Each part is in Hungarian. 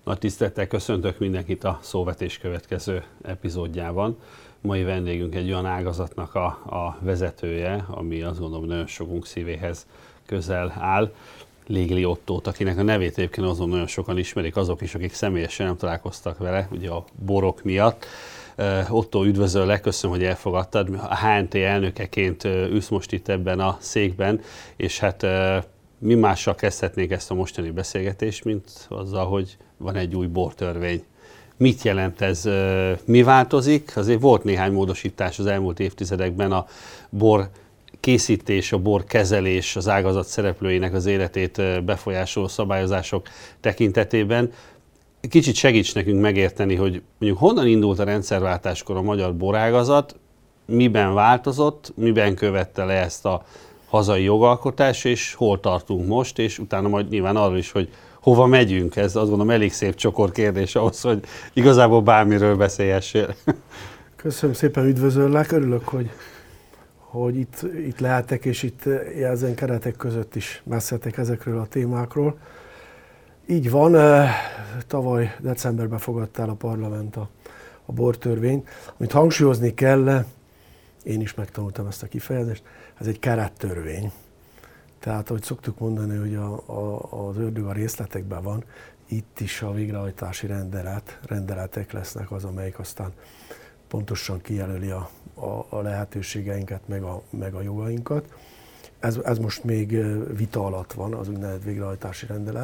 Nagy tisztelettel köszöntök mindenkit a Szóvetés következő epizódjában. Mai vendégünk egy olyan ágazatnak a vezetője, ami azt gondolom nagyon sokunk szívéhez közel áll. Légli Ottót, akinek a nevét egyébként azon nagyon sokan ismerik, azok is, akik személyesen nem találkoztak vele, ugye a borok miatt. Ottó, üdvözöllek, köszönöm, hogy elfogadtad. A HNT elnökeként ülsz most itt ebben a székben, és hát mi mással kezdhetnénk ezt a mostani beszélgetést, mint azzal, hogy van egy új bortörvény. Mit jelent ez? Mi változik? Azért volt néhány módosítás az elmúlt évtizedekben a bor készítés, a bor kezelés, az ágazat szereplőinek az életét befolyásoló szabályozások tekintetében. Kicsit segíts nekünk megérteni, hogy mondjuk honnan indult a rendszerváltáskor a magyar borágazat, miben változott, miben követte le ezt a hazai jogalkotás, és hol tartunk most, és utána majd nyilván arról is, hogy hova megyünk. Ez azt gondolom elég szép csokor kérdés ahhoz, hogy igazából bármiről beszéljessél. Köszönöm szépen, üdvözöllek, örülök, hogy itt lehetek, és itt ezen keretek között is beszéltek ezekről a témákról. Így van, tavaly decemberben fogadta el a parlament a bortörvényt, amit hangsúlyozni kell, én is megtanultam ezt a kifejezést, ez egy kerettörvény. Tehát, ahogy szoktuk mondani, hogy az ördög a részletekben van, itt is a végrehajtási rendeletek lesznek az, amelyik aztán pontosan kijelöli a lehetőségeinket, meg a jogainkat. Ez most még vita alatt van, az úgynevezett végrehajtási rendelet.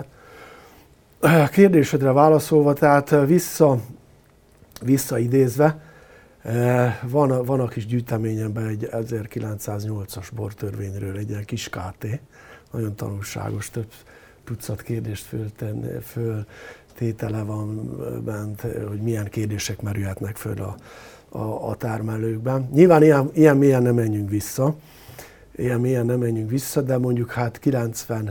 A kérdésedre válaszolva, tehát visszaidézve, van a kis gyűjteményemben egy 1908-as bortörvényről, egy ilyen kis KT, nagyon tanulságos, több tucat kérdést föltétele van bent, hogy milyen kérdések merülhetnek föl a termelőkben. Nyilván ilyen mélyen nem menjünk vissza, de mondjuk hát 90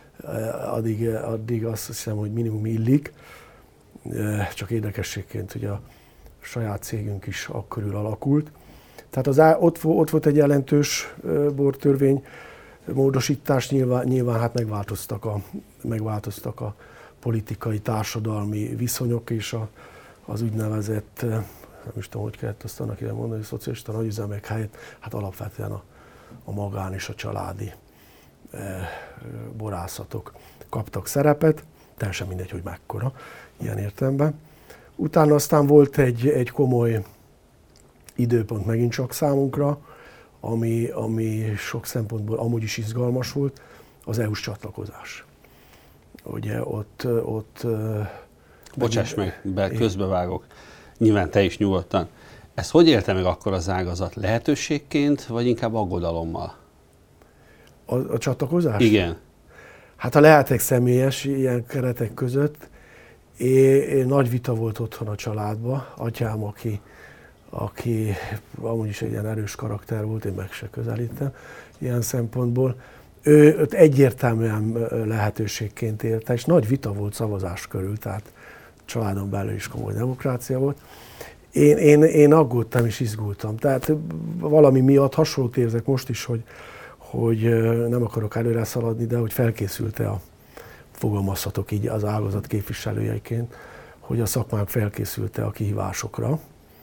addig azt hiszem, hogy minimum illik. Csak érdekességként, hogy a saját cégünk is akkörül alakult. Tehát ott volt egy jelentős bortörvény módosítás, nyilván hát megváltoztak a politikai, társadalmi viszonyok, és az úgynevezett, nem is tudom, hogy kellett azt annak ide mondani, hogy szocialista nagyüzemek helyett, hát alapvetően a magán és a családi borászatok kaptak szerepet, teljesen mindegy, hogy mekkora, ilyen értelemben. Utána aztán volt egy komoly időpont megint csak számunkra, ami sok szempontból amúgy is izgalmas volt, az EU-s csatlakozás. Ugye ott Bocsáss meg, közbevágok. Nyilván te is nyugodtan. Ezt hogy élte meg akkor az ágazat? Lehetőségként, vagy inkább aggodalommal? A csatlakozás? Igen. Hát ha lehetek személyes ilyen keretek között, nagy vita volt otthon a családban. Atyám, aki amúgy is egy ilyen erős karakter volt, én meg se közelítem ilyen szempontból. Ő egyértelműen lehetőségként élte, és nagy vita volt szavazás körül, tehát családon belül is komoly demokrácia volt. Én aggódtam és izgultam. Tehát valami miatt hasonlót érzek most is, hogy nem akarok előre szaladni, de hogy felkészült-e fogalmazhatok így az ágazat képviselőjeiként, hogy a szakmánk felkészült-e a kihívásokra.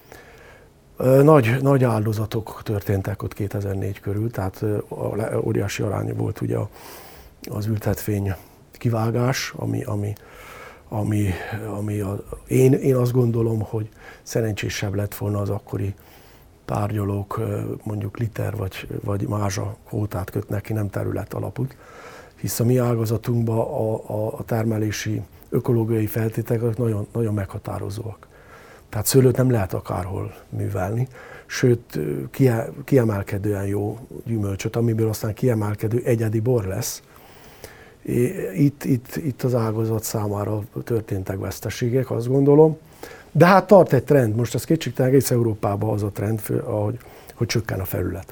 Nagy áldozatok történtek ott 2004 körül, tehát óriási arány volt ugye az ültetvény kivágás, én azt gondolom, hogy szerencsésebb lett volna az akkori tárgyalók mondjuk liter vagy mázsa kvótát kötnek ki, nem terület alapút, hisz a mi ágazatunkban a termelési ökológiai feltételek nagyon, nagyon meghatározóak. Tehát szőlőt nem lehet akárhol művelni, sőt kiemelkedően jó gyümölcsöt, amiből aztán kiemelkedő egyedi bor lesz. Itt az ágazat számára történtek veszteségek, azt gondolom. De hát tart egy trend, most az kétségtelen egész Európában az a trend, hogy csökken a felület.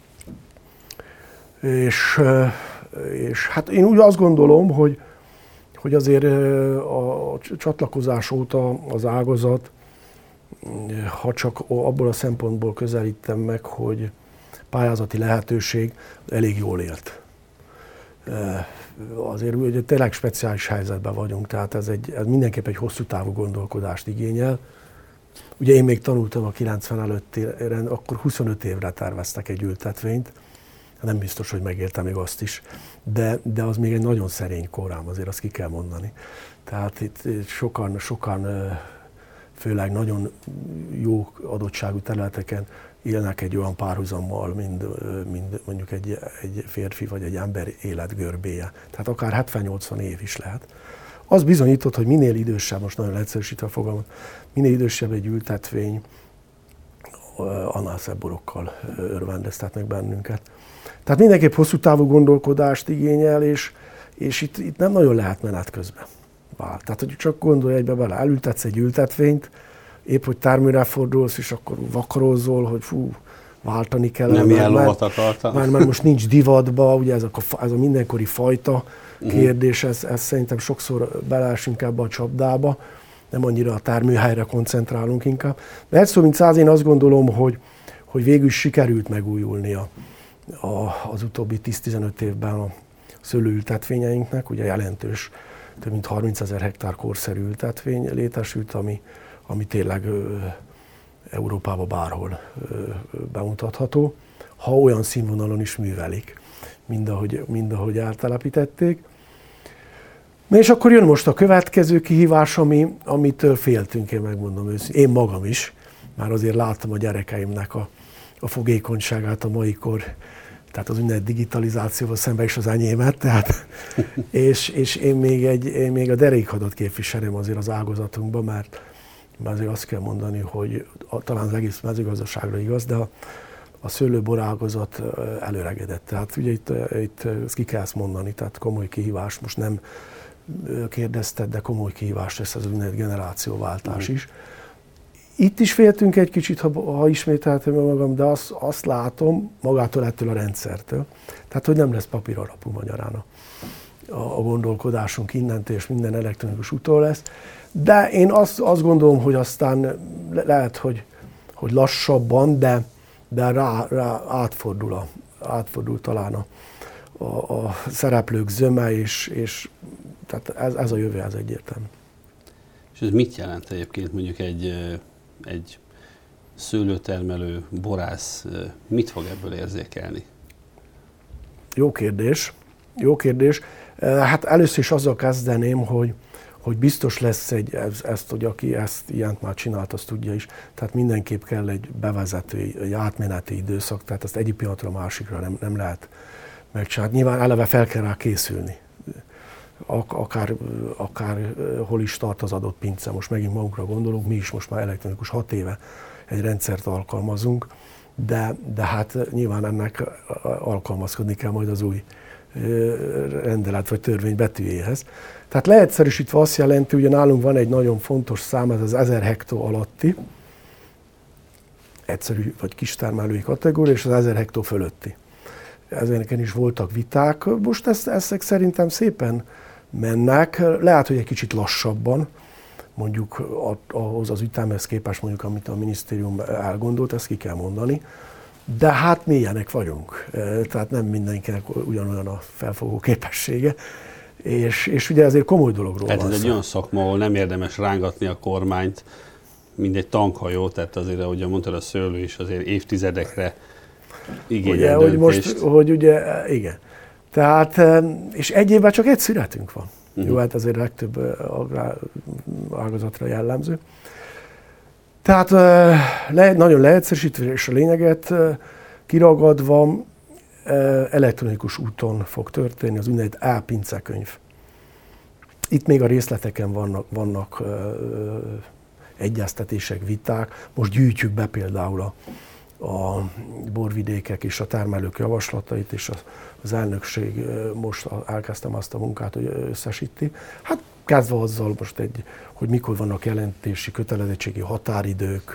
És hát én úgy azt gondolom, hogy azért a csatlakozás óta az ágazat, ha csak abból a szempontból közelítem meg, hogy pályázati lehetőség, elég jól élt. azért ugye tényleg speciális helyzetben vagyunk, tehát ez mindenképp egy hosszú távú gondolkodást igényel. Ugye én még tanultam a 90 előtti, akkor 25 évre terveztek egy ültetvényt, nem biztos, hogy megértem még azt is, de az még egy nagyon szerény korám, azért azt ki kell mondani. Tehát itt sokan főleg nagyon jó adottságú területeken élnek egy olyan párhuzammal, mint mondjuk egy férfi vagy egy ember életgörbéje. Tehát akár 70-80 év is lehet. Az bizonyított, hogy minél idősebb, most nagyon leegyszerűsítve a fogalmat, minél idősebb egy ültetvény, annál szebb borokkal örvendeztetnek bennünket. Tehát mindenképp hosszú távú gondolkodást igényel, és itt nem nagyon lehet menet közben. Tehát, hogy csak gondolj egybe bele, elültetsz egy ültetvényt, épp hogy tárműre fordulsz, és akkor vakarózol, hogy váltani kell. Nem ilyen lovat akartam. Mert most nincs divatba, ugye ez a mindenkori fajta kérdés, ez szerintem sokszor beleesünk ebbe a csapdába, nem annyira a tárműhelyre koncentrálunk inkább. De egy szó mint száz, én azt gondolom, hogy végül sikerült megújulni az utóbbi 10-15 évben a szőlőültetvényeinknek, ugye jelentős, több mint 30 000 hektár korszerű ültetvény létesült, ami tényleg Európában bárhol bemutatható, ha olyan színvonalon is művelik, mind ahogy eltelepítették. És akkor jön most a következő kihívás, amitől féltünk, én megmondom őszintén, én magam is, már azért láttam a gyerekeimnek a fogékonyságát a mai kor, tehát az úgynevezett digitalizációval szemben is az enyémet, tehát, és én még a derékhadat képviselem azért az ágazatunkban, mert azért azt kell mondani, hogy talán az egész mezőgazdaságra igaz, de a szőlőbor ágazat előregedett. Tehát ugye itt ezt ki kell ezt mondani, tehát komoly kihívás, most nem kérdezted, de komoly kihívás lesz az úgynevezett generációváltás is. Itt is féltünk egy kicsit, ha ismételtem magam, de azt látom magától ettől a rendszertől. Tehát, hogy nem lesz papír alapú magyarán a gondolkodásunk innentől, és minden elektronikus úton lesz. De én azt gondolom, hogy aztán lehet, hogy lassabban, de rá átfordul talán a szereplők zöme, és tehát ez a jövő, ez egyértelmű. És ez mit jelent egyébként mondjuk egy szőlőtermelő, borász, mit fog ebből érzékelni? Jó kérdés. Hát először is azzal kezdeném, hogy biztos lesz hogy aki ezt ilyent már csinált, azt tudja is. Tehát mindenképp kell egy bevezető, egy átmeneti időszak, tehát ezt egyik pillanatra a másikra nem lehet megcsinálni. Nyilván eleve fel kell rá készülni. Akár hol is tart az adott pince. Most megint magunkra gondolunk, mi is most már elektronikus 6 éve egy rendszert alkalmazunk, de hát nyilván ennek alkalmazkodni kell majd az új rendelet vagy törvény betűjéhez. Tehát leegyszerűsítve azt jelenti, hogy nálunk van egy nagyon fontos szám, ez az 1000 hektó alatti, egyszerű vagy kistermelői kategória, és az 1000 hektó fölötti. Ezeken is voltak viták. Most ezek szerintem szépen mennek, lehet, hogy egy kicsit lassabban, mondjuk ahhoz az ütemhez képest, mondjuk amit a minisztérium elgondolt, ezt ki kell mondani. De hát mi ilyenek vagyunk, tehát nem mindenkinek ugyanolyan a felfogó képessége, és ugye ezért komoly dologról van szó. Ez egy olyan szakma, ahol nem érdemes rángatni a kormányt, mint egy tankhajó, tehát azért, ahogy mondtad, a szőlő is azért évtizedekre igényel döntést. Igen. Tehát, és egy évben csak egy szüretünk van. Jó, hát azért legtöbb ágazatra jellemző. Tehát nagyon leegyszerűsítve, és a lényeget kiragadva elektronikus úton fog történni az úgynevezett e-pincekönyv. Itt még a részleteken vannak egyeztetések, viták. Most gyűjtjük be például a borvidékek és a termelők javaslatait, és az elnökség most elkezdtem azt a munkát, hogy összesíti. Hát kezdve azzal most hogy mikor vannak jelentési kötelezettségi határidők,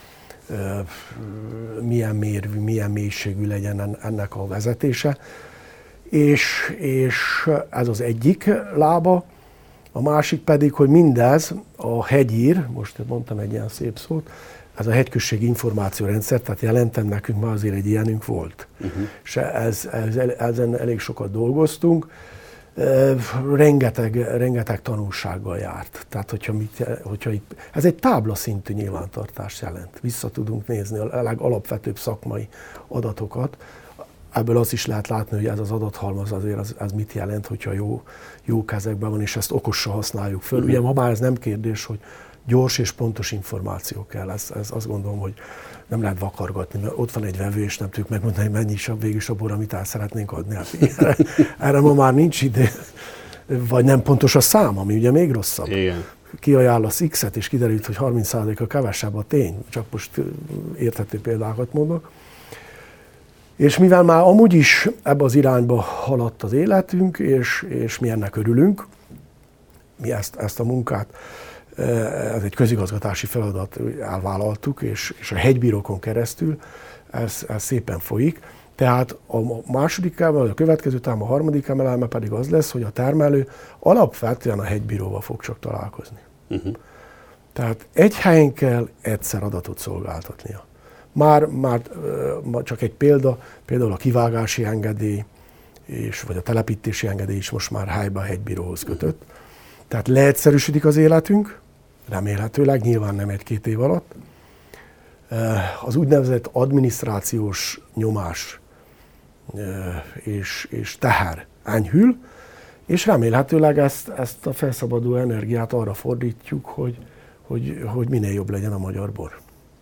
milyen mérvű, milyen mélységű legyen ennek a vezetése. És ez az egyik lába, a másik pedig, hogy mindez a hegyír, most mondtam egy ilyen szép szót, ez a hegyközségi információrendszer, tehát jelentem, nekünk már azért egy ilyenünk volt. És ezen elég sokat dolgoztunk. Rengeteg tanulsággal járt. Tehát, hogyha itt, ez egy táblaszintű nyilvántartást jelent. Vissza tudunk nézni a legalapvetőbb szakmai adatokat. Ebből azt is lehet látni, hogy ez az adathalmaz azért az mit jelent, hogyha jó kezekben van, és ezt okosan használjuk föl. Ugye ma már ez nem kérdés, hogy gyors és pontos információ kell. Ez azt gondolom, hogy nem lehet vakargatni, mert ott van egy vevő, és nem tudjuk megmondani, hogy mennyi is végül is a bor, amit el szeretnénk adni. Hát erre ma már nincs idő, vagy nem pontos a szám, ami ugye még rosszabb. Igen. Kiajánlasz X-et, és kiderült, hogy 30%-a kevesebb a tény. Csak most érthető példákat mondok. És mivel már amúgy is ebbe az irányba haladt az életünk, és mi ennek örülünk, mi ezt a munkát, ez egy közigazgatási feladat, elvállaltuk, és a hegybírókon keresztül ez szépen folyik. Tehát a második eleme, a következő tám, a harmadik eleme pedig az lesz, hogy a termelő alapvetően a hegybíróval fog csak találkozni. Tehát egy helyen kell egyszer adatot szolgáltatnia. Már csak egy példa, például a kivágási engedély, vagy a telepítési engedély is most már helyben a hegybíróhoz kötött. Tehát leegyszerűsödik az életünk, remélhetőleg, nyilván nem 1-2 év alatt. Az úgynevezett adminisztrációs nyomás és teher enyhül, és remélhetőleg ezt a felszabaduló energiát arra fordítjuk, hogy minél jobb legyen a magyar bor.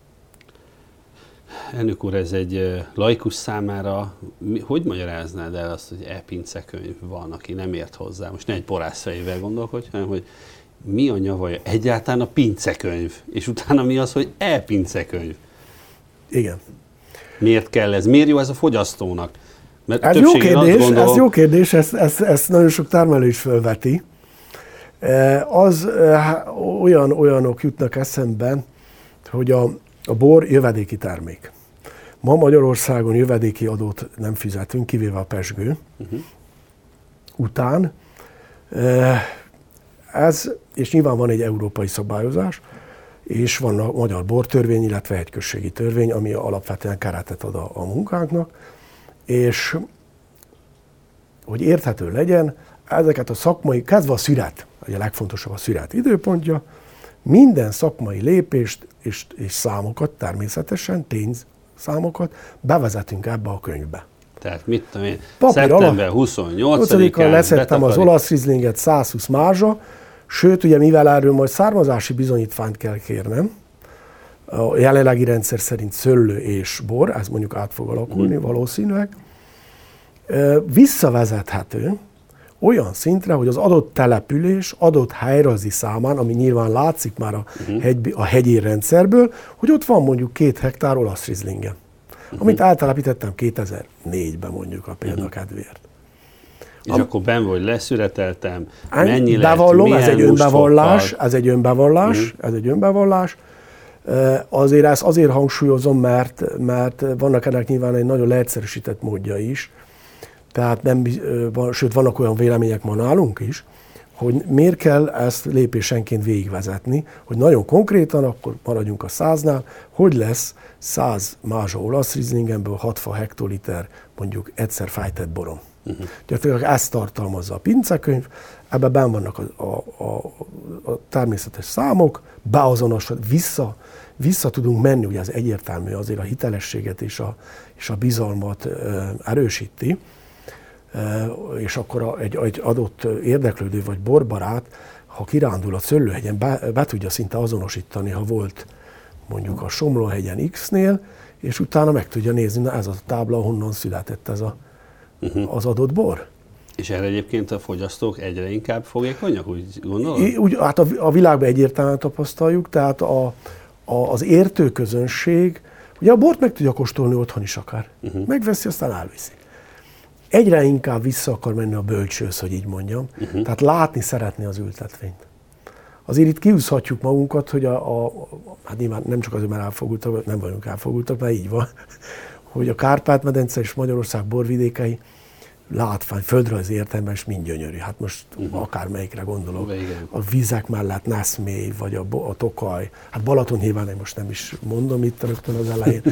Elnök úr, ez egy laikus számára, hogy magyaráznád el azt, hogy e-pincekönyv van, aki nem ért hozzá? Most ne egy borász fejével gondolkodj, hanem hogy mi a nyavaja egyáltalán a pincekönyv, és utána mi az, hogy e-pincekönyv? Igen. Miért kell ez? Miért jó ez a fogyasztónak? Mert ez jó kérdés, ezt nagyon sok termelő is felveti. Olyanok jutnak eszembe, hogy a bor jövedéki termék. Ma Magyarországon jövedéki adót nem fizetünk, kivéve a pezsgő után. És nyilván van egy európai szabályozás, és van a magyar bortörvény, illetve hegyközségi törvény, ami alapvetően keretet ad a munkánknak, és hogy érthető legyen, ezeket a szakmai, kezdve a szüret, ugye a legfontosabb a szüret időpontja, minden szakmai lépést és számokat, természetesen tényszámokat bevezetünk ebbe a könyvbe. Tehát mit tudom én, szeptember 28-án leszettem az olasz rizlinget 120 márzsa, sőt, ugye mivel erről majd származási bizonyítványt kell kérnem, a jelenlegi rendszer szerint szőlő és bor, ez mondjuk át fog alakulni valószínűleg, visszavezethető olyan szintre, hogy az adott település, adott helyrajzi számán, ami nyilván látszik már a hegyi rendszerből, hogy ott van mondjuk 2 hektár olasz rizlingem, amit eltelepítettem 2004-ben mondjuk a példa kedvéért. És akkor benn vagy, leszüreteltem, mennyi lett, bevallom, milyen ez egy önbevallás. Azért hangsúlyozom, mert vannak ennek nyilván egy nagyon leegyszerűsített módja is. Tehát sőt, vannak olyan vélemények ma nálunk is, hogy miért kell ezt lépésenként végigvezetni, hogy nagyon konkrétan, akkor maradjunk a 100-nál, hogy lesz 100 mázsa olasz rizlingemből 60 hektoliter mondjuk egyszer fejtett borom. Gyakorlatilag ezt tartalmazza a pincekönyv, ebben benn vannak a természetes számok, beazonosod, vissza tudunk menni, ugye ez egyértelmű, azért a hitelességet és a bizalmat erősíti, és akkor egy adott érdeklődő vagy borbarát, ha kirándul a Szöllőhegyen, be tudja szinte azonosítani, ha volt mondjuk a Somlóhegyen X-nél, és utána meg tudja nézni, na ez a tábla, honnan született ez az adott bor. És erre egyébként a fogyasztók egyre inkább fogékonyak, úgy gondolod? Hát a világban egyértelműen tapasztaljuk, tehát az értőközönség, ugye a bort meg tudja kóstolni otthon is akár. Megveszi, aztán elviszi. Egyre inkább vissza akar menni a bölcsőhöz, hogy így mondjam. Tehát látni szeretné az ültetvényt. Azért itt kiúszhatjuk magunkat, hogy hát nyilván nem csak azért, mert elfogultak, nem vagyunk elfogultak, mert így van, hogy a Kárpát-medence és Magyarország borvidékei látvány, földrajzi értelemben is mind gyönyörű. Hát most akármelyikre gondolok. A vízek mellett Nászmély, vagy a Tokaj. Hát Balatonhéván én most nem is mondom itt rögtön az elején.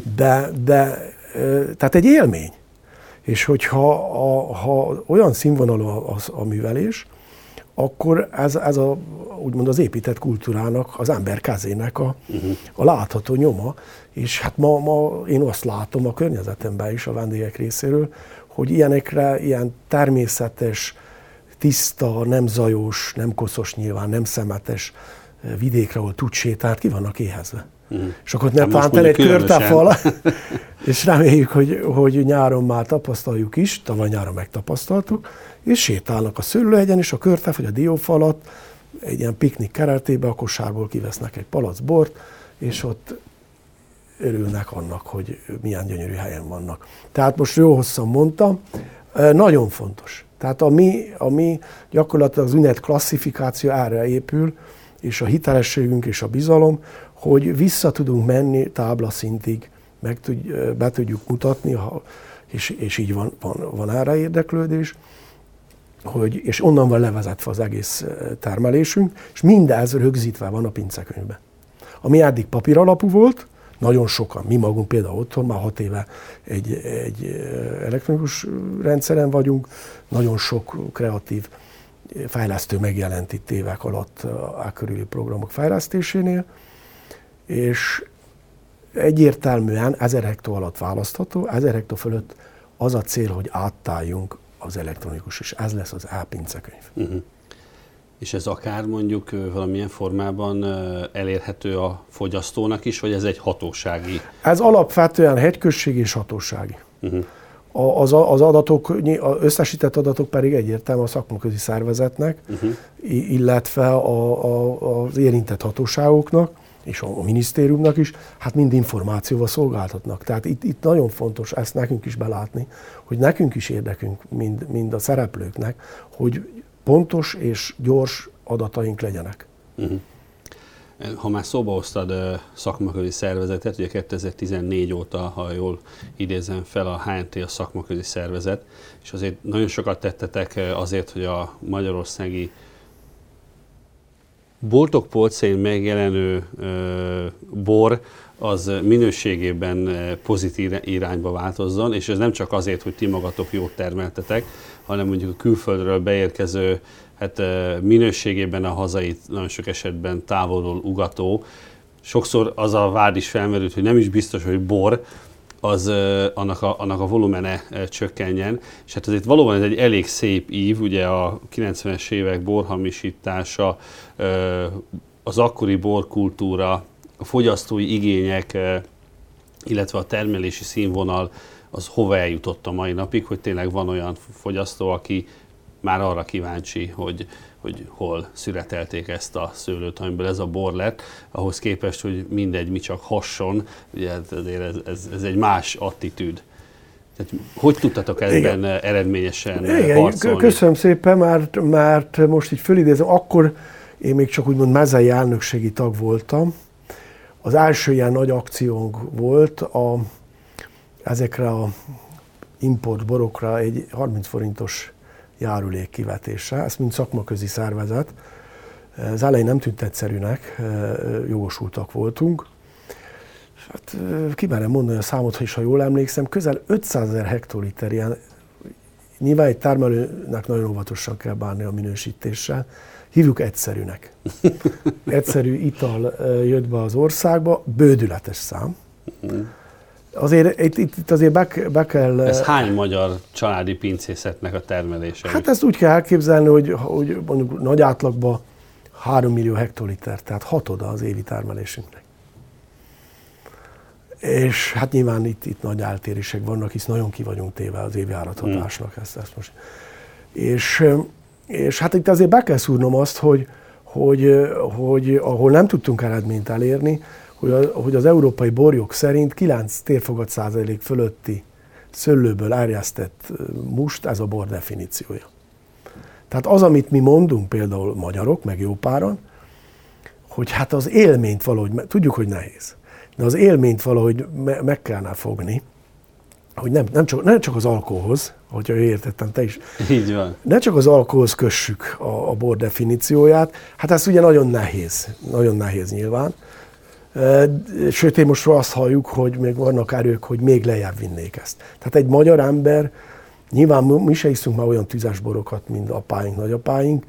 De tehát egy élmény. És hogyha ha olyan színvonalú a művelés, akkor ez úgymond az épített kultúrának, az emberkezének a látható nyoma. És hát ma én azt látom a környezetemben is a vendégek részéről, hogy ilyenekre, ilyen természetes, tiszta, nem zajos, nem koszos nyilván, nem szemetes vidékre, ahol tud sétálni, ki vannak éhezve. És akkor ne tánten egy körtefal, és reméljük, hogy nyáron már tapasztaljuk is, tavaly nyáron megtapasztaltuk, és sétálnak a szőlőhegyen, és a körtef, vagy a diófalat egy ilyen piknik keretébe a kosárból kivesznek egy palac bort, és ott örülnek annak, hogy milyen gyönyörű helyen vannak. Tehát most jó hosszan mondtam, nagyon fontos. Tehát a mi gyakorlatilag az ünnep klasszifikáció erre épül, és a hitelességünk és a bizalom, hogy vissza tudunk menni táblaszintig, be tudjuk mutatni, és így van erre érdeklődés, és onnan van levezetve az egész termelésünk, és mindez rögzítve van a pincekönyvben. Ami eddig papír alapú volt, nagyon sokan, mi magunk például otthon már 6 éve egy elektronikus rendszeren vagyunk, nagyon sok kreatív fejlesztő megjelent itt évek alatt a körüli programok fejlesztésénél, és egyértelműen 1000 hektó alatt választható, 1000 hektó fölött az a cél, hogy átálljunk az elektronikus, és ez lesz az e-pincekönyv. És ez akár mondjuk valamilyen formában elérhető a fogyasztónak is, vagy ez egy hatósági? Ez alapvetően hegyközségi és hatósági. Az adatok, az összesített adatok pedig egyértelműen a szakmaközi szervezetnek, illetve az érintett hatóságoknak, és a minisztériumnak is, hát mind információval szolgáltatnak. Tehát itt nagyon fontos ezt nekünk is belátni, hogy nekünk is érdekünk, mind a szereplőknek, hogy pontos és gyors adataink legyenek. Ha már szóba hoztad szakmaközi szervezetet, ugye 2014 óta, ha jól idézem fel, a HNT a szakmaközi szervezet, és azért nagyon sokat tettetek azért, hogy a magyarországi boltok polcain megjelenő bor az minőségében pozitív irányba változzon, és ez nem csak azért, hogy ti magatok jót termeltetek, hanem mondjuk a külföldről beérkező, hát minőségében a hazait nagyon sok esetben távolról ugató. Sokszor az a vád is felmerült, hogy nem is biztos, hogy bor, az annak a volumene csökkenjen. És hát azért valóban ez egy elég szép ív, ugye a 90-es évek borhamisítása, az akkori borkultúra, a fogyasztói igények, illetve a termelési színvonal, az hova eljutott a mai napig, hogy tényleg van olyan fogyasztó, aki már arra kíváncsi, hogy hol szüretelték ezt a szőlőt, amiből ez a bor lett, ahhoz képest, hogy mindegy, mi csak hasson, ugye ez egy más attitűd. Tehát hogy tudtatok ebben eredményesen harcolni? Köszönöm szépen, mert most így fölidézem, akkor én még csak úgymond mezei elnökségi tag voltam. Az első ilyen nagy akciónk volt ezekre a import borokra egy 30 forintos járulék kivetése, ezt mind szakmaközi szervezet. Az elején nem tűnt egyszerűnek, jogosultak voltunk. Hát, kimerem mondani a számot, és ha jól emlékszem, közel 500 000 hektoliter ilyen, nyilván egy termelőnek nagyon óvatosan kell bánni a minősítéssel, hívjuk egyszerűnek. Egyszerű ital jött be az országba, bődületes szám. Azért itt azért be kell... Ez hány magyar családi pincészetnek a termelése? Hát ezt úgy kell elképzelni, hogy mondjuk nagy átlagban 3 millió hektoliter, tehát hatoda az évi termelésünknek. És hát nyilván itt nagy eltérések vannak, hisz nagyon ki vagyunk téve az évjárathatásnak. Ezt most. És hát itt azért be kell szúrnom azt, hogy ahol nem tudtunk eredményt elérni, hogy az európai borjog szerint 9 térfogat% fölötti szőlőből erjesztett must, ez a bor definíciója. Tehát az, amit mi mondunk például magyarok, meg jó páran, hogy hát az élményt valahogy, tudjuk, hogy nehéz, de az élményt valahogy meg kellene fogni, hogy nem csak az alkoholhoz, Hogyha értettem, te is. Így van. Ne csak az alkoholhoz kössük a bor definícióját, hát ez ugye nagyon nehéz nyilván. Sőt, én most azt halljuk, hogy még vannak erők, hogy még lejjebb vinnék ezt. Tehát egy magyar ember, nyilván mi se iszunk már olyan tüzes borokat, mint apáink, nagyapáink,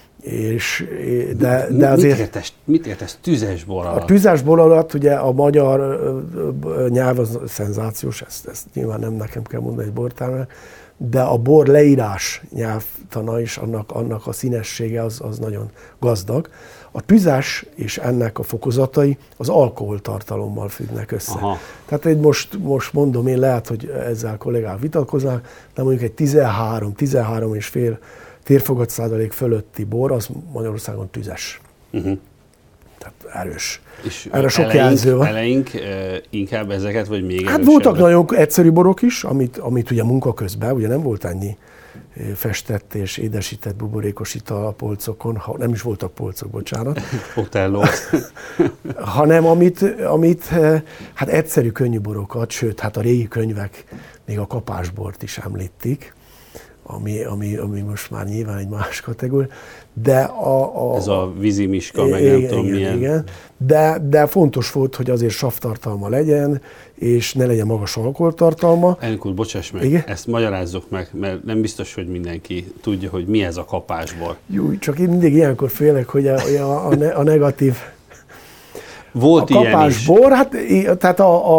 de azért... Mit értesz tüzes bor alatt? A tüzes bor alatt ugye a magyar nyelv az szenzációs, ezt nyilván nem nekem kell mondani egy bortárnak, de a bor leírás nyelvtana is, annak a színessége az nagyon gazdag. A tüzes és ennek a fokozatai az alkoholtartalommal függnek össze. Aha. Tehát most mondom, én lehet, hogy ezzel kollégák vitatkoznak, de mondjuk egy 13,5 térfogat százalék fölötti bor, az Magyarországon tüzes. Tehát erős. És erre sok jelző van. Eleink inkább ezeket, vagy még Hát voltak nagyon egyszerű borok is, amit ugye munka közben, ugye nem volt annyi festett és édesített buborékos ital a polcokon, nem is voltak polcok, bocsánat. Otello. Hanem amit hát egyszerű könnyű borokat, sőt, hát a régi könyvek még a kapásbort is említik, ami most már nyilván egy más kategória, de ez a vízimiska, meg nem tudom milyen. Igen, de fontos volt, hogy azért savtartalma legyen, és ne legyen magas alkoholtartalma. Elnök úr, bocsáss meg, igen? Ezt magyarázzuk meg, mert nem biztos, hogy mindenki tudja, hogy mi ez a kapásbor. Jó, csak én mindig ilyenkor félek, hogy a negatív... Volt a kapásbor, hát tehát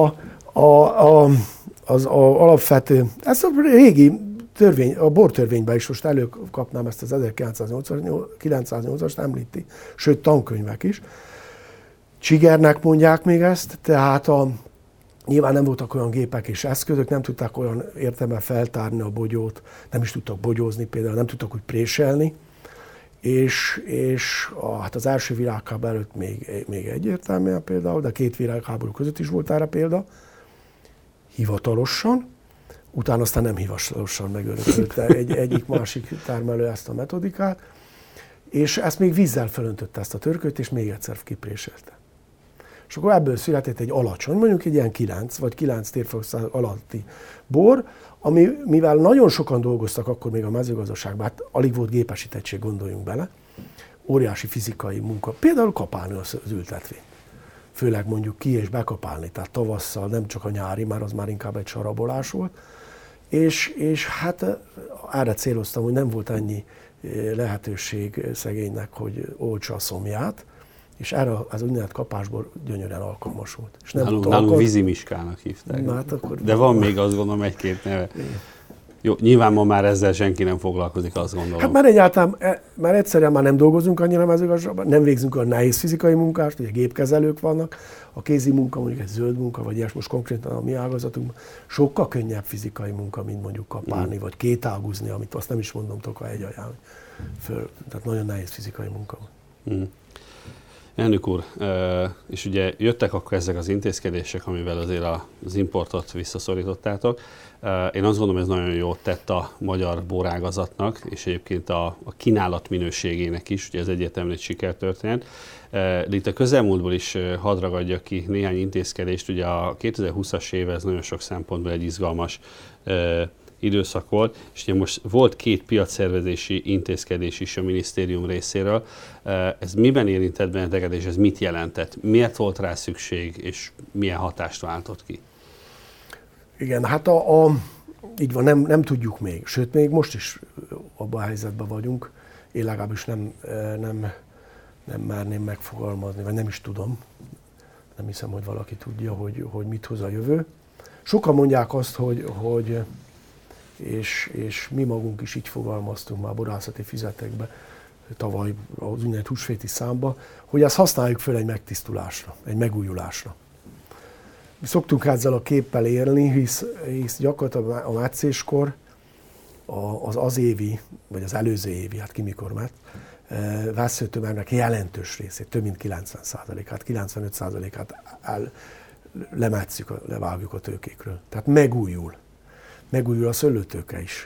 az alapvető, ez a régi törvény, a bortörvényben is most előkapnám ezt az 1908-ast említi, sőt tankönyvek is. Csigernek mondják még ezt, tehát nyilván nem voltak olyan gépek és eszközök, nem tudták olyan értelemben feltárni a bogyót, nem is tudtak bogyózni például, nem tudtak úgy préselni, és hát az első világháború előtt még egyértelműen például, de két világháború között is volt erre példa, hivatalosan, utána aztán nem hivatalosan megörökölte egyik-másik termelő ezt a metodikát, és ezt még vízzel fölöntötte ezt a törköt, és még egyszer kipréselte. És akkor ebből született egy alacsony, mondjuk egy ilyen 9 vagy 9 térfogat alatti bor, ami, mivel nagyon sokan dolgoztak akkor még a mezőgazdaságban, hát alig volt gépesítettség, gondoljunk bele, óriási fizikai munka, például kapálni az ültetvényt. Főleg mondjuk ki és bekapálni, tehát tavasszal, nem csak a nyári, már az már inkább egy sarabolás volt. És hát erre céloztam, hogy nem volt annyi lehetőség szegénynek, hogy oltsa a szomját, és erre az úgynevezett kapásbor gyönyörűen alkalmas volt. És nem nálunk vízimiskának hívták. Hát akkor de van még, azt gondolom, egy-két neve. Jó, nyilván ma már ezzel senki nem foglalkozik, azt gondolom. Hát már egyáltalán, már egyszerűen már nem dolgozunk annyira mezőgazdaságban, nem végzünk olyan nehéz fizikai munkást, ugye gépkezelők vannak, a kézi munka, mondjuk egy zöld munka, vagy ilyes, most konkrétan a mi ágazatunkban, sokkal könnyebb fizikai munka, mint mondjuk kapálni, vagy kétáguzni, amit azt nem is mondom a egy ajánlani föl. Tehát nagyon nehéz fizikai munka. Elnök úr, és ugye jöttek akkor ezek az intézkedések, amivel azért az importot visszaszorítottátok. Én azt gondolom, ez nagyon jót tett a magyar borágazatnak, és egyébként a kínálat minőségének is, ugye ez egyértelműen egy sikertörténet. De itt a közelmúltból is hadd ragadjak ki néhány intézkedést. Ugye a 2020-as év ez nagyon sok szempontból egy izgalmas időszak volt, és ugye most volt 2 piacszervezési intézkedés is a minisztérium részéről. Ez miben érintett benneteket, és ez mit jelentett? Miért volt rá szükség, és milyen hatást váltott ki? Igen, hát így van, nem tudjuk még. Sőt, még most is abban a helyzetben vagyunk. Én legalábbis nem merném megfogalmazni, vagy nem is tudom. Nem hiszem, hogy valaki tudja, hogy mit hoz a jövő. Sokan mondják azt, hogy és mi magunk is így fogalmaztunk már borászati füzetekbe, tavaly az úgynevezett húsvéti számba, hogy ezt használjuk föl egy megtisztulásra, egy megújulásra. Mi szoktunk ezzel a képpel élni, hisz gyakorlatilag a metszéskor az évi, vagy az előző évi, hát ki mikor mett, vesszőtömegnek jelentős részét, több mint 90%-át, 95%-át levágjuk a tőkékről. Tehát megújul a szőlőtőke is.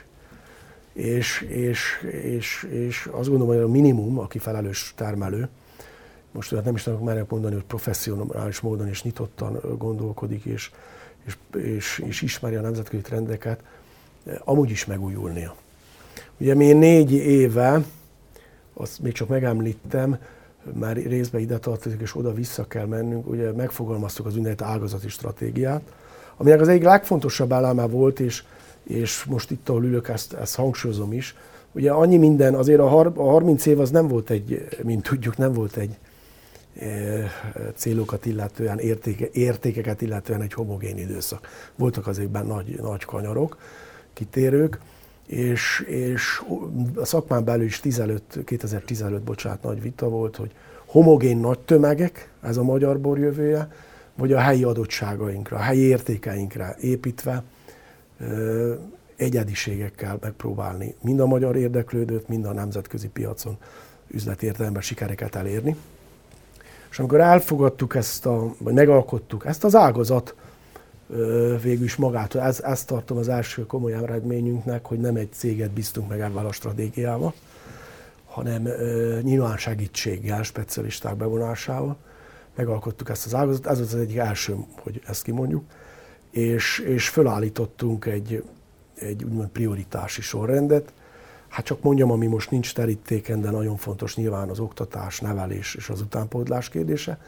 És azt gondolom, hogy a minimum, aki felelős termelő, most nem is tudok mernek mondani, hogy professzionális módon és nyitottan gondolkodik, és ismeri a nemzetközi trendeket, amúgy is megújulnia. Ugye mi 4 éve, azt még csak megemlítem, már részben ide tartozik, és oda vissza kell mennünk, ugye megfogalmaztuk az úgynevezett ágazati stratégiát, aminek az egyik legfontosabb eleme volt, és most itt, ahol ülök, ezt hangsúlyozom is. Ugye annyi minden, azért a 30 év az nem volt egy, mint tudjuk, nem volt egy célokat illetően, értékeket illetően egy homogén időszak. Voltak azért nagy kanyarok, kitérők, és a szakmán belül is 2015 nagy vita volt, hogy homogén nagy tömegek, ez a magyar bor jövője, vagy a helyi adottságainkra, a helyi értékeinkre építve egyediségekkel megpróbálni mind a magyar érdeklődőt, mind a nemzetközi piacon üzleti értelemben sikereket elérni. És amikor elfogadtuk vagy megalkottuk ezt az ágazat, végül is magától, ezt tartom az első komoly eredményünknek, hogy nem egy céget bíztunk meg ebben a stratégiával, hanem nyilván segítséggel, specialisták bevonásával megalkottuk ezt az ágazatot. Ez az egyik első, hogy ezt kimondjuk, és fölállítottunk egy úgymond prioritási sorrendet. Hát csak mondjam, ami most nincs terítéken, de nagyon fontos nyilván az oktatás, nevelés és az utánpótlás kérdése.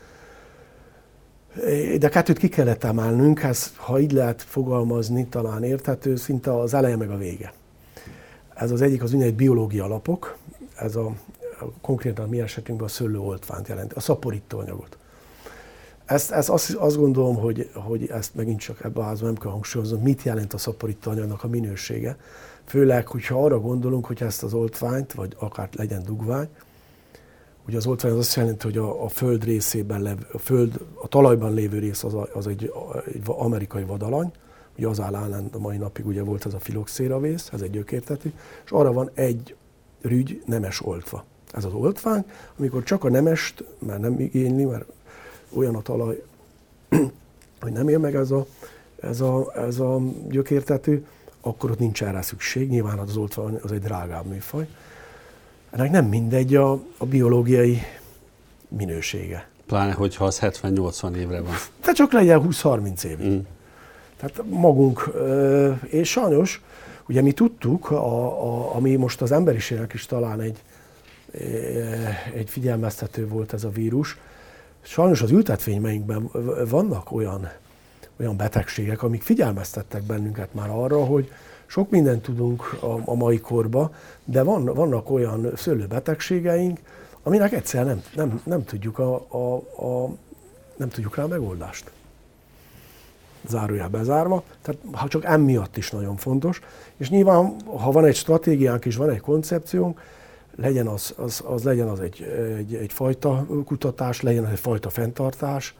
De kettőt ki kellett emelnünk, ez, ha így lehet fogalmazni, talán érthető, szinte az eleje meg a vége. Ez az egyik az úgynevezett biológia alapok, ez konkrétan mi esetünkben a szőlőoltványt jelenti, a szaporítóanyagot. Ezt azt gondolom, hogy ezt megint csak ebben a házban nem kell hangsúlyoznom, mit jelent a szaporítóanyagnak a minősége. Főleg, hogyha arra gondolunk, hogy ezt az oltványt, vagy akár legyen dugvány, ugye az oltvány az azt jelenti, hogy a föld részében, a talajban lévő rész az egy amerikai vadalany, ugye az áll ellen a mai napig ugye volt ez a filoxéravész, ez egy gyökértetű, és arra van egy rügy nemes oltva. Ez az oltvány, amikor csak a nemest, mert nem igényli, mert olyan a talaj, hogy nem ér meg ez a gyökértetű, akkor ott nincs erre szükség. Nyilván az oltvány az egy drágább műfaj. Ennek nem mindegy a biológiai minősége. Pláne, hogyha az 70-80 évre van. Tehát csak legyen 20-30 évig. Tehát magunk, és sajnos, ugye mi tudtuk, ami most az emberiségnek is talán egy figyelmeztető volt ez a vírus, sajnos az ültetvényeinkben vannak olyan betegségek, amik figyelmeztettek bennünket már arra, hogy sok mindent tudunk a mai korban, de vannak olyan szőlőbetegségeink, aminek egyszerűen nem tudjuk nem tudjuk rá a megoldást. Zárójel bezárva, tehát ha csak emiatt is nagyon fontos, és nyilván, ha van egy stratégiánk és van egy koncepciónk, legyen az egyfajta kutatás, legyen az egyfajta fenntartás,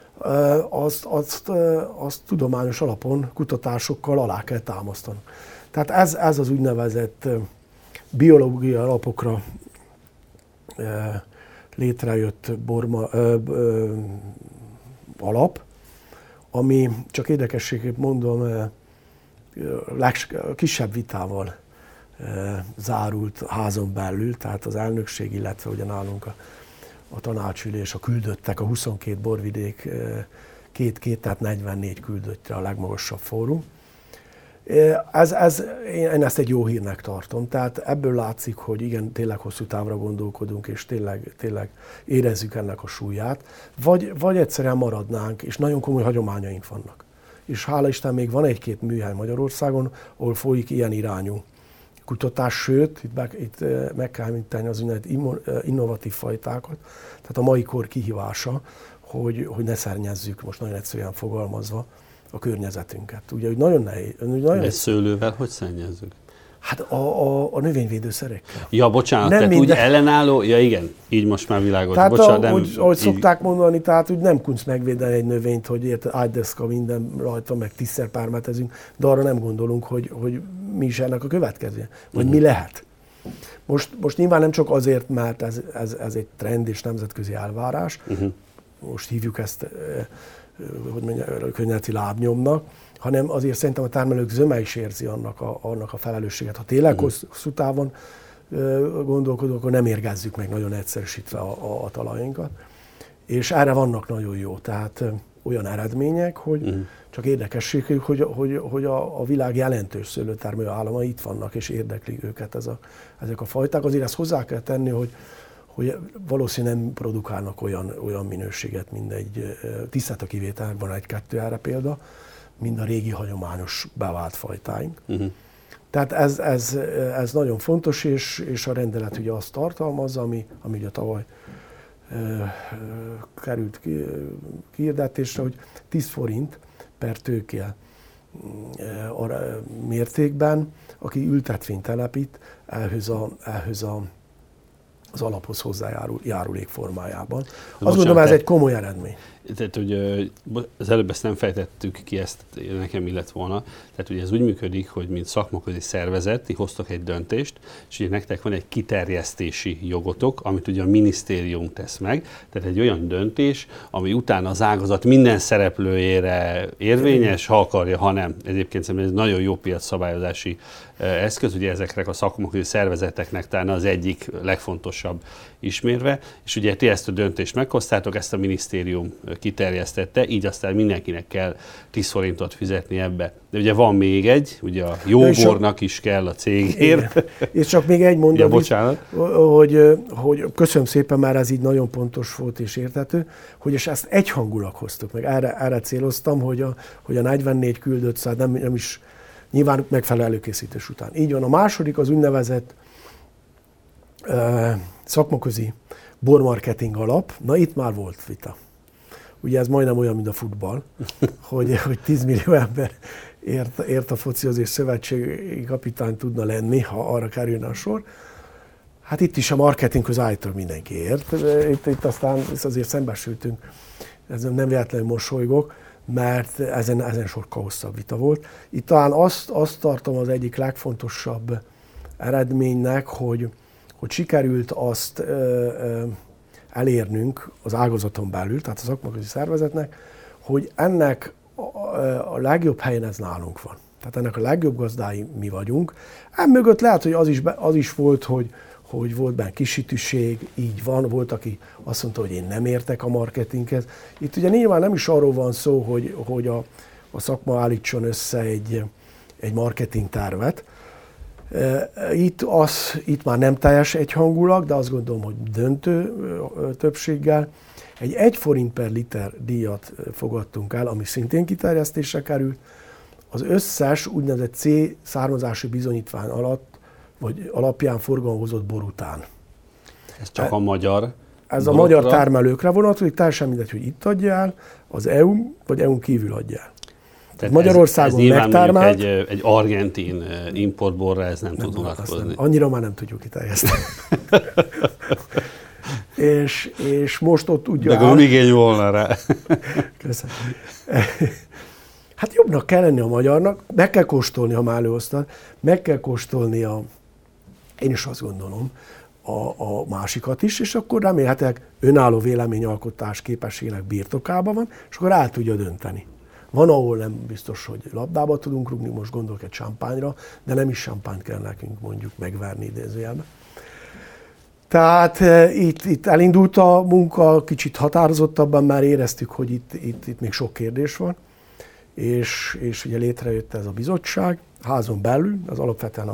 azt tudományos alapon, kutatásokkal alá kell támasztani. Tehát ez az úgynevezett biológiai alapokra létrejött alap, ami csak érdekességét mondom, kisebb vitával zárult házon belül, tehát az elnökség, illetve ugye nálunk a tanácsülés, a küldöttek, a 22 borvidék, tehát 44 küldöttre a legmagasabb fórum. Én ezt egy jó hírnek tartom, tehát ebből látszik, hogy igen, tényleg hosszú távra gondolkodunk, és tényleg érezzük ennek a súlyát, vagy egyszerűen maradnánk, és nagyon komoly hagyományaink vannak. És hála Isten még van egy-két műhely Magyarországon, ahol folyik ilyen irányú kutatás, sőt, itt meg kell említeni az úgynevezett innovatív fajtákat, tehát a mai kor kihívása, hogy ne szennyezzük, most nagyon egyszerűen fogalmazva, a környezetünket. Ugye, hogy nagyon nehéz. De szőlővel hogy szennyezzük? Hát a növényvédőszerekkel. Ja, bocsánat, nem tehát minden... úgy ellenálló, ja igen, így most már világos. Tehát bocsánat, ahogy szokták mondani, tehát úgy nem tudsz megvédeni egy növényt, hogy érted, ágydeszka minden rajta, meg 10-szer pármetezünk, de arra nem gondolunk, hogy mi is ennek a következője, vagy mi lehet. Most nyilván nem csak azért, mert ez egy trend és nemzetközi elvárás, most hívjuk ezt környezeti lábnyomnak, hanem azért szerintem a termelők zöme is érzi annak a felelősséget. Ha tényleg hosszú távon gondolkodunk, akkor nem érgezzük meg nagyon egyszerűsítve a talajainkat. És erre vannak nagyon jó. Tehát olyan eredmények, hogy csak érdekesség, hogy a világ jelentős szőlőtermelő államai itt vannak, és érdeklik őket ezek a fajták. Azért ezt hozzá kell tenni, hogy valószínűleg nem produkálnak olyan minőséget, mint egy tisztelt a kivétel, van egy-kettő erre példa, mint a régi hagyományos bevált fajtáink. Tehát ez nagyon fontos, és a rendelet ugye azt tartalmazza, ami ugye tavaly került kihirdetésre, hogy 10 forint per tőke mértékben, aki ültetvényt telepít, ehhez az alaphoz hozzájárul járulék formájában. Azt mondom, ez egy komoly eredmény. Tehát, hogy az előbb ezt nem fejtettük ki, ezt nekem illett volna. Tehát ugye ez úgy működik, hogy mint szakmaközi szervezet, ti hoztok egy döntést, és ugye nektek van egy kiterjesztési jogotok, amit ugye a minisztérium tesz meg. Tehát egy olyan döntés, ami utána az ágazat minden szereplőjére érvényes, ha akarja, ha nem. Egyébként szerintem ez nagyon jó piacszabályozási eszköz, ugye ezeknek a szakmaközi szervezeteknek talán az egyik legfontosabb ismérve, és ugye ti ezt a döntést meghoztátok, ezt a minisztérium kiterjesztette, így aztán mindenkinek kell 10 forintot fizetni ebbe. De ugye van még egy, ugye a jóbornak is kell a cégért. És csak még egy mondat, ja, bocsánat. Hogy köszönöm szépen, már ez így nagyon pontos volt és érthető, hogy és ezt egyhangulag hoztuk meg. Erre céloztam, hogy a 44 küldött szám nem is nyilván megfelelő előkészítés után. Így van. A második az úgynevezett szakmaközi bormarketing alap. Na itt már volt vita. Ugye ez majdnem olyan, mint a futball, hogy 10 millió ember ért a focihoz, és szövetségi kapitány tudna lenni, ha arra kerülne a sor. Hát itt is a marketinghoz állítólag mindenki ért. Itt aztán azért szembesültünk, ez nem véletlenül mosolygok, mert ezen sokkal hosszabb vita volt. Itt talán azt tartom az egyik legfontosabb eredménynek, hogy sikerült azt elérnünk az ágazaton belül, tehát a szakmaközi szervezetnek, hogy ennek a legjobb helyen ez nálunk van. Tehát ennek a legjobb gazdái mi vagyunk. Mögött lehet, hogy az is volt, hogy volt benne kisütűség, így van, volt, aki azt mondta, hogy én nem értek a marketinghez. Itt ugye nyilván nem is arról van szó, hogy a szakma állítson össze egy marketing tervet. Itt már nem teljes egyhangulag, de azt gondolom, hogy döntő többséggel egy 1 forint per liter díjat fogadtunk el, ami szintén kiterjesztésre került, az összes úgynevezett C származási bizonyítvány alatt, vagy alapján forgalmazott bor után. Ez csak a magyar? Ez a magyar termelőkre vonatkozik, teljesen mindegy, hogy itt adja el, az EU vagy EU-n kívül adja el. Tehát Magyarországon ez megtermelt. Egy argentin importborra ez nem tud vonatkozni. Annyira már nem tudjuk kiterjeszteni. és most ott úgy de akkor igény volna rá. Köszönöm. Hát jobbnak kell lenni a magyarnak, meg kell kóstolni, ha már előhoztad, meg kell kóstolni én is azt gondolom, a másikat is, és akkor remélhetőleg önálló véleményalkotás képességének birtokában van, és akkor el tudja dönteni. Van, ahol nem biztos, hogy labdába tudunk rúgni, most gondolok egy champagne-ra, de nem is champagne kell nekünk mondjuk megverni idézőjelben. Tehát itt elindult a munka, kicsit határozottabban már éreztük, hogy itt még sok kérdés van, és ugye létrejött ez a bizottság, házon belül, az alapvetően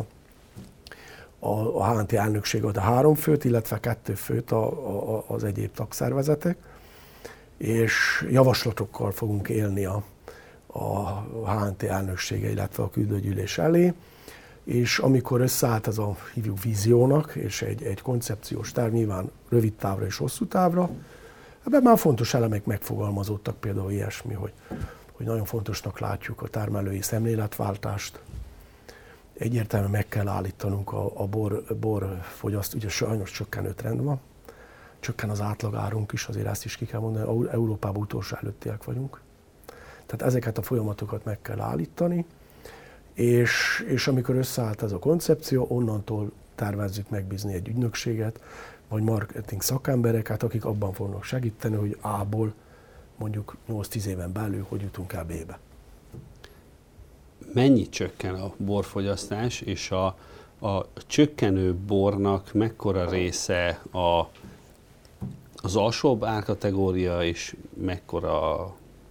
a HNT elnökség ad a 3 főt, illetve 2 főt az egyéb tagszervezetek, és javaslatokkal fogunk élni a HNT elnöksége, illetve a küldőgyűlés elé, és amikor összeállt ez a hívjuk víziónak, és egy koncepciós terv, nyilván rövid távra és hosszú távra, ebben már fontos elemek megfogalmazódtak, például ilyesmi, hogy nagyon fontosnak látjuk a termelői szemléletváltást, egyértelműen meg kell állítanunk a borfogyaszt, ugye sajnos csökkenő trend van, csökken az átlagárunk is, azért ezt is ki kell mondani, Európában utolsó előttiek vagyunk. Tehát ezeket a folyamatokat meg kell állítani, és amikor összeállt ez a koncepció, onnantól tervezzük megbízni egy ügynökséget, vagy marketing szakembereket, akik abban fognak segíteni, hogy A-ból mondjuk 8-10 éven belül, hogy jutunk el B-be. Mennyit csökken a borfogyasztás, és a csökkenő bornak mekkora része az alsóbb árkategória, és mekkora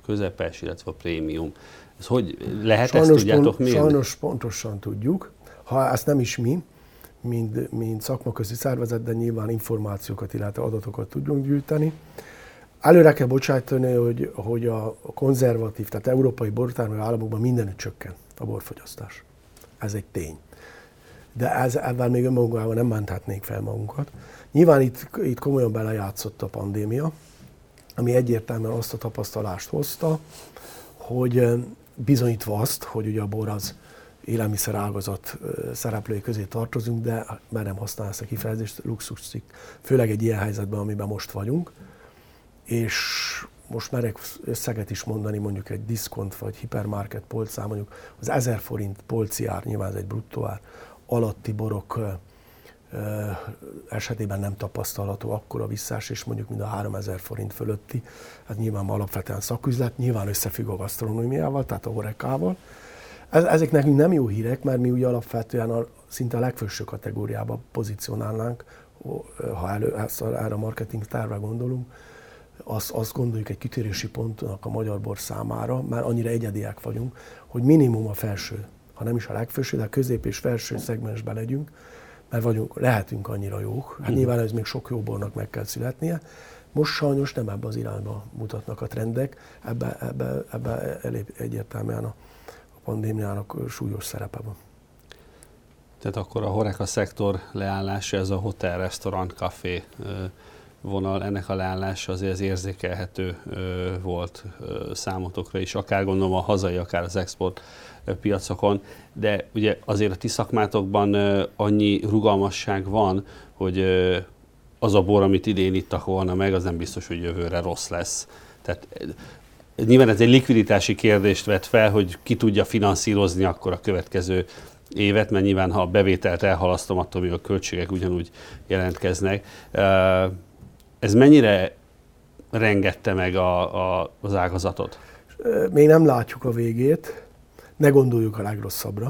közepes, illetve a prémium. Ez hogy lehet, ezt tudjátok mérni? Sajnos pontosan tudjuk. Ha ezt nem is mi, mint szakmaközi szervezet, de nyilván információkat, illetve adatokat tudjunk gyűjteni. Előre kell bocsájtani, hogy a konzervatív, tehát európai bortermelő államokban mindenütt csökken a borfogyasztás. Ez egy tény. De ebben még önmagában nem menthetnénk fel magunkat. Nyilván itt komolyan belejátszott a pandémia, ami egyértelműen azt a tapasztalást hozta, hogy bizonyítva azt, hogy ugye a bor az élelmiszerágazat szereplői közé tartozunk, de már nem használ ezt a kifejezést, luxuscikk, főleg egy ilyen helyzetben, amiben most vagyunk. És most merek összeget is mondani, mondjuk egy diszkont vagy hipermarket polcán, mondjuk az 1000 forint polci ár, nyilván ez egy bruttó ár, alatti borok esetében nem tapasztalható akkora visszaesés, mondjuk mint a 3000 forint fölötti. Hát nyilván alapvetően szaküzlet, nyilván összefügg a gasztronómiával, tehát a horekával. Ezek nekünk nem jó hírek, mert mi ugye alapvetően szinte a legfelső kategóriába pozícionálnánk, ha erre a marketing tervre gondolunk, azt gondoljuk egy kitörési pontnak a magyar bor számára, már annyira egyediek vagyunk, hogy minimum a felső, ha nem is a legfelső, de a közép és felső szegmensben legyünk, mert lehetünk annyira jók. Hát nyilván ez még sok jó bornak meg kell születnie. Most sajnos nem ebbe az irányba mutatnak a trendek, ebbe elég egyértelműen a pandémiának súlyos szerepe van. Tehát akkor a HoReCa szektor leállása, ez a hotel, restaurant, café vonal, ennek a leállása azért az érzékelhető volt számotokra is, akár gondolom a hazai, akár az export piacokon, de ugye azért a ti szakmátokban annyi rugalmasság van, hogy az a bor, amit idén ittak volna meg, az nem biztos, hogy jövőre rossz lesz. Tehát nyilván ez egy likviditási kérdést vet fel, hogy ki tudja finanszírozni akkor a következő évet, mert nyilván ha a bevételt elhalasztom, attól még a költségek ugyanúgy jelentkeznek. Ez mennyire rengette meg az ágazatot? Még nem látjuk a végét, ne gondoljuk a legrosszabbra.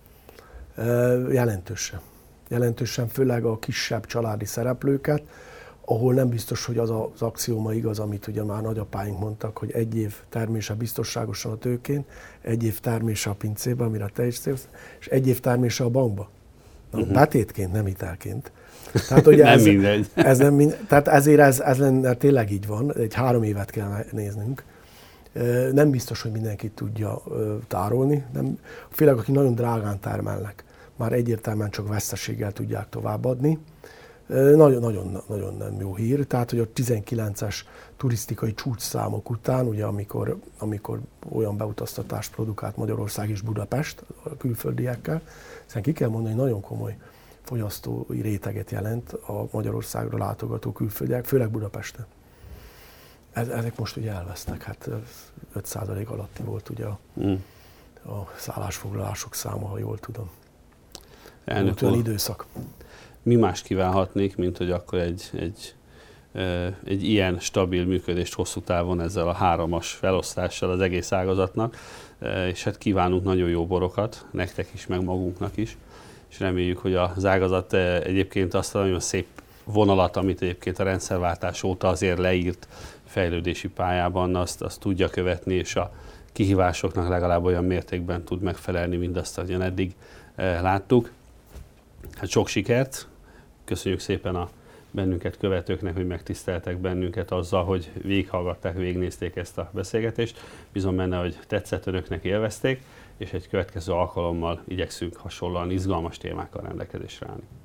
Jelentősen, főleg a kisebb családi szereplőket, ahol nem biztos, hogy az az axióma igaz, amit ugye már nagyapáink mondtak, hogy egy év termése biztonságosan a tőkén, egy év termése a pincében, amire te is szélsz, és egy év termése a bankba. Betétként, nem hitelként. Tehát, ugye nem mindegy. Tehát ezért ez lenne, tényleg így van, egy 3 évet kell néznünk. Nem biztos, hogy mindenki tudja tárolni, főleg akik nagyon drágán termelnek, már egyértelműen csak veszteséggel tudják továbbadni. Nagyon nem jó hír, tehát hogy a 19-es turisztikai csúcsszámok után, ugye amikor olyan beutaztatást produkált Magyarország és Budapest a külföldiekkel, hiszen ki kell mondani, hogy nagyon komoly fogyasztói réteget jelent a Magyarországra látogató külföldiek, főleg Budapesten. Ezek most ugye elvesznek, hát 5% alatti volt ugye a szállásfoglalások száma, ha jól tudom. Elnök úr, időszak. Mi más kívánhatnék, mint hogy akkor egy ilyen stabil működést hosszú távon ezzel a 3-as felosztással az egész ágazatnak, és hát kívánunk nagyon jó borokat, nektek is, meg magunknak is, és reméljük, hogy az ágazat egyébként azt a nagyon szép vonalat, amit egyébként a rendszerváltás óta azért leírt fejlődési pályában, azt tudja követni, és a kihívásoknak legalább olyan mértékben tud megfelelni, mint azt, ahogyan eddig láttuk. Hát sok sikert, köszönjük szépen a bennünket követőknek, hogy megtiszteltek bennünket azzal, hogy végighallgatták, végignézték ezt a beszélgetést. Bízom benne, hogy tetszett önöknek, élvezték, és egy következő alkalommal igyekszünk hasonlóan izgalmas témákkal rendelkezésre állni.